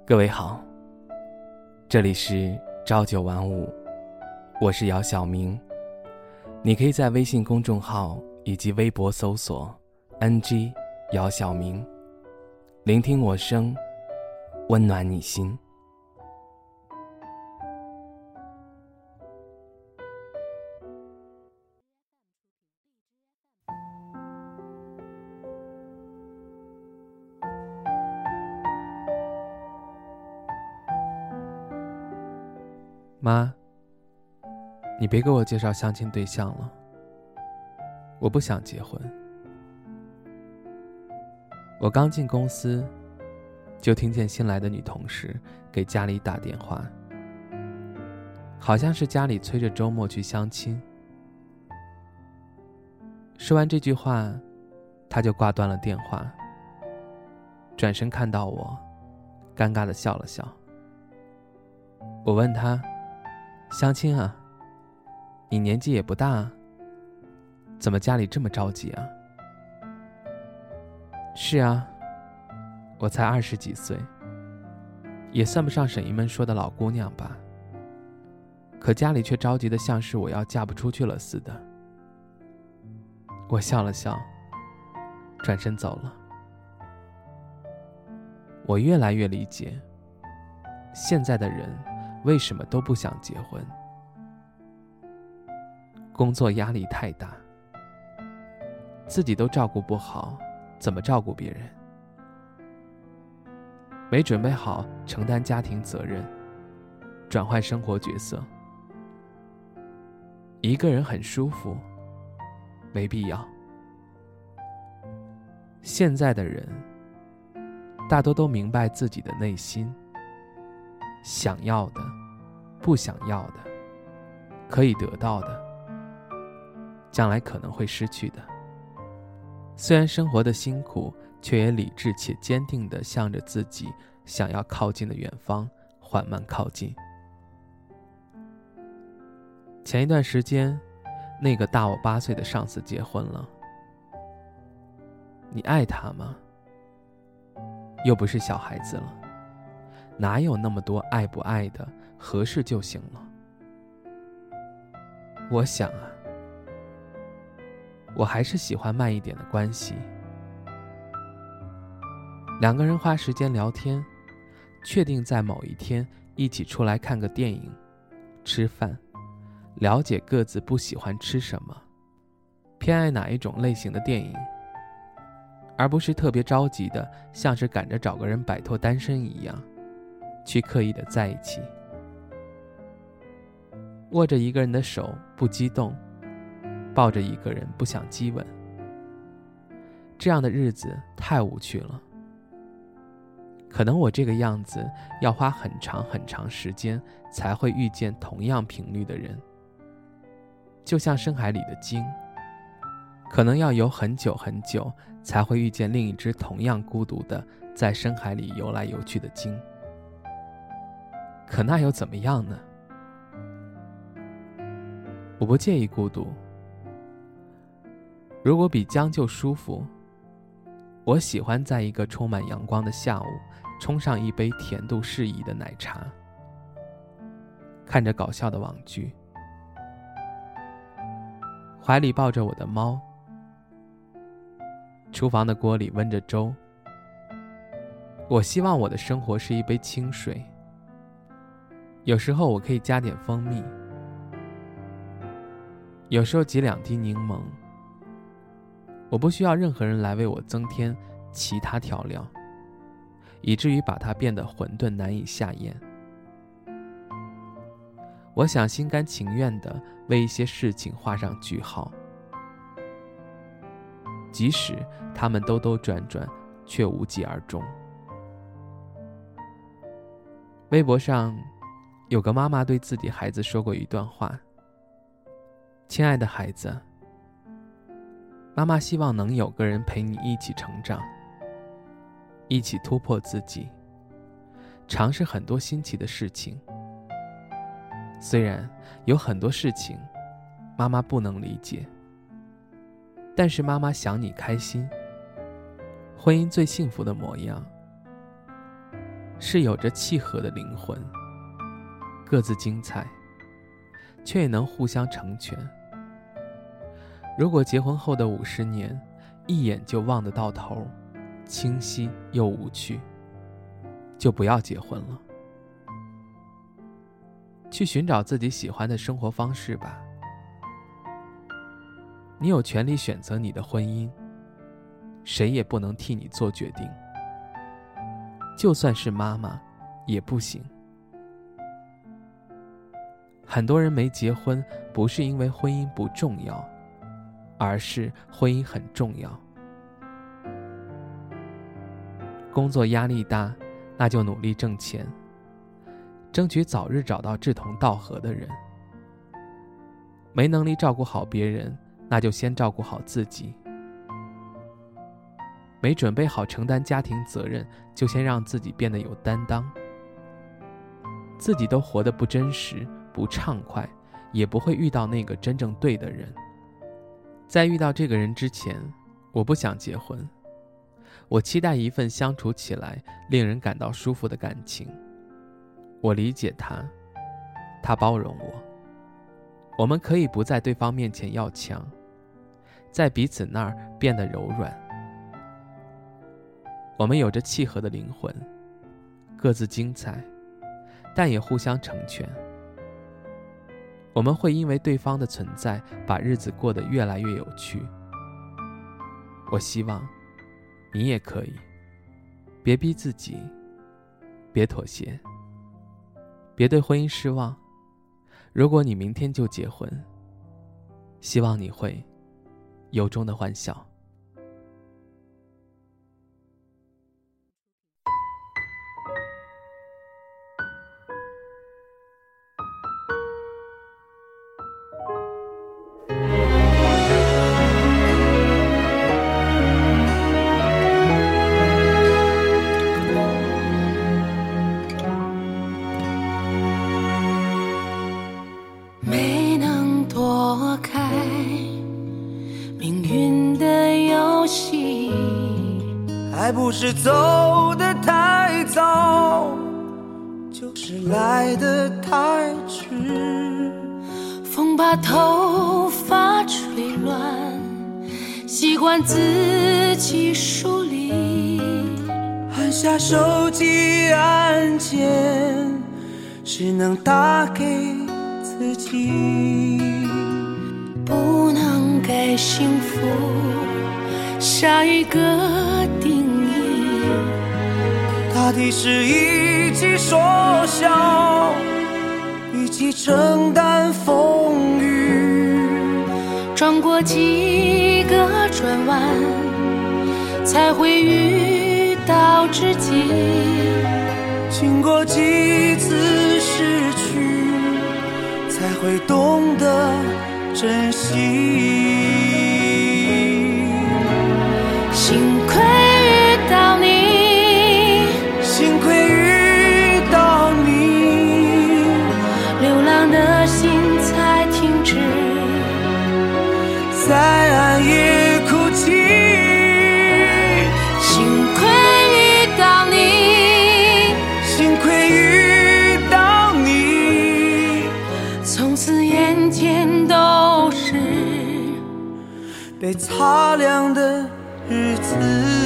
各位好，这里是朝九晚五，我是姚晓明。你可以在微信公众号以及微博搜索 NG 姚晓明，聆听我声，温暖你心。妈，你别给我介绍相亲对象了，我不想结婚。我刚进公司，就听见新来的女同事给家里打电话，好像是家里催着周末去相亲。说完这句话，她就挂断了电话，转身看到我，尴尬地笑了笑。我问她，相亲啊，你年纪也不大，怎么家里这么着急啊？是啊，我才20几岁，也算不上婶姨们说的老姑娘吧，可家里却着急的像是我要嫁不出去了似的。我笑了笑，转身走了。我越来越理解，现在的人为什么都不想结婚。工作压力太大，自己都照顾不好，怎么照顾别人？没准备好承担家庭责任，转换生活角色。一个人很舒服，没必要。现在的人大多都明白自己的内心，想要的，不想要的，可以得到的，将来可能会失去的。虽然生活的辛苦，却也理智且坚定地向着自己想要靠近的远方缓慢靠近。前一段时间，那个大我8岁的上司结婚了。你爱他吗？又不是小孩子了，哪有那么多爱不爱的，合适就行了。我想啊，我还是喜欢慢一点的关系。两个人花时间聊天，确定在某一天一起出来看个电影，吃饭，了解各自不喜欢吃什么，偏爱哪一种类型的电影，而不是特别着急的，像是赶着找个人摆脱单身一样，去刻意的在一起。握着一个人的手不激动，抱着一个人不想激吻，这样的日子太无趣了。可能我这个样子要花很长很长时间才会遇见同样频率的人，就像深海里的鲸，可能要游很久很久才会遇见另一只同样孤独的在深海里游来游去的鲸。可那又怎么样呢？我不介意孤独，如果比将就舒服，我喜欢在一个充满阳光的下午冲上一杯甜度适宜的奶茶，看着搞笑的网剧，怀里抱着我的猫，厨房的锅里温着粥。我希望我的生活是一杯清水，有时候我可以加点蜂蜜，有时候挤2滴柠檬。我不需要任何人来为我增添其他调料，以至于把它变得混沌难以下咽。我想心甘情愿地为一些事情画上句号，即使他们兜兜转转却无疾而终。微博上有个妈妈对自己孩子说过一段话：亲爱的孩子，妈妈希望能有个人陪你一起成长，一起突破自己，尝试很多新奇的事情。虽然有很多事情妈妈不能理解，但是妈妈想你开心。婚姻最幸福的模样， 是有着契合的灵魂，各自精彩，却也能互相成全。如果结婚后的50年一眼就望得到头，清晰又无趣，就不要结婚了。去寻找自己喜欢的生活方式吧。你有权利选择你的婚姻，谁也不能替你做决定。就算是妈妈，也不行。很多人没结婚，不是因为婚姻不重要，而是婚姻很重要。工作压力大，那就努力挣钱，争取早日找到志同道合的人。没能力照顾好别人，那就先照顾好自己。没准备好承担家庭责任，就先让自己变得有担当。自己都活得不真实、不畅快，也不会遇到那个真正对的人。在遇到这个人之前，我不想结婚，我期待一份相处起来令人感到舒服的感情。我理解他，他包容我。我们可以不在对方面前要强，在彼此那儿变得柔软。我们有着契合的灵魂，各自精彩，但也互相成全。我们会因为对方的存在，把日子过得越来越有趣。我希望你也可以，别逼自己，别妥协，别对婚姻失望。如果你明天就结婚，希望你会由衷的欢笑。 没能躲开命运的游戏， 还不是走得太早，就是来得太迟。 风把头发吹乱，习惯自己梳理， 按下手机按键，只能打给自己。 不能给幸福下一个定义， 大抵是一起说笑，一起承担风雨， 转过几个转弯，才会遇到知己。 经过几次失去，才会懂得珍惜。 幸亏遇到你， 幸亏遇到你， 流浪的心才停止， 在暗夜哭泣。 幸亏遇到你， 幸亏遇到你， 从此眼前都是被擦亮的日子。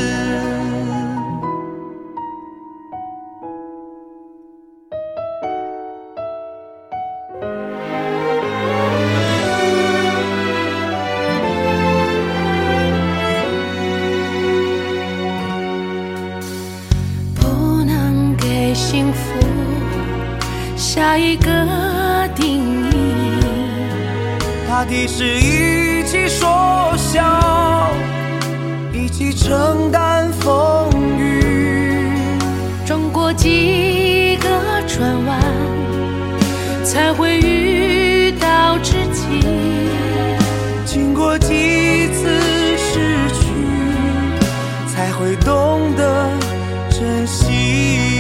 不能给幸福下一个定义， 大抵是一起说笑，一起承担风雨， 转过几个转弯，才会遇到知己。 经过几次失去，才会懂得珍惜。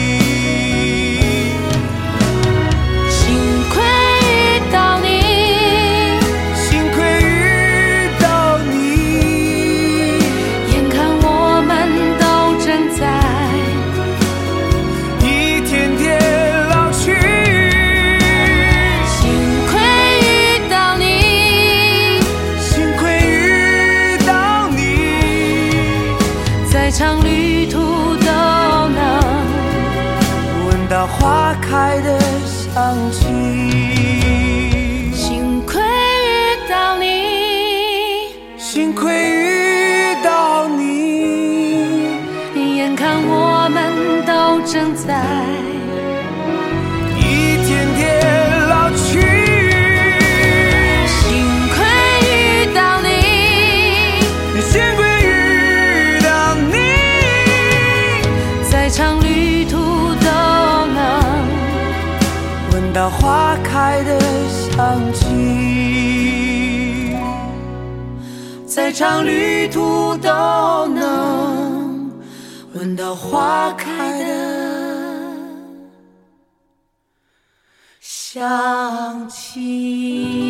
幸亏遇到你， 幸亏遇到你， 眼看我们都正在一场旅途都能闻到花开的香气。 幸亏遇到你， 幸亏遇到你， 眼看我们都正在一天天老去。 幸亏遇到你， 幸亏遇到你， 在场旅途都能闻到花开的香气。在场旅途都能闻到花开的香气。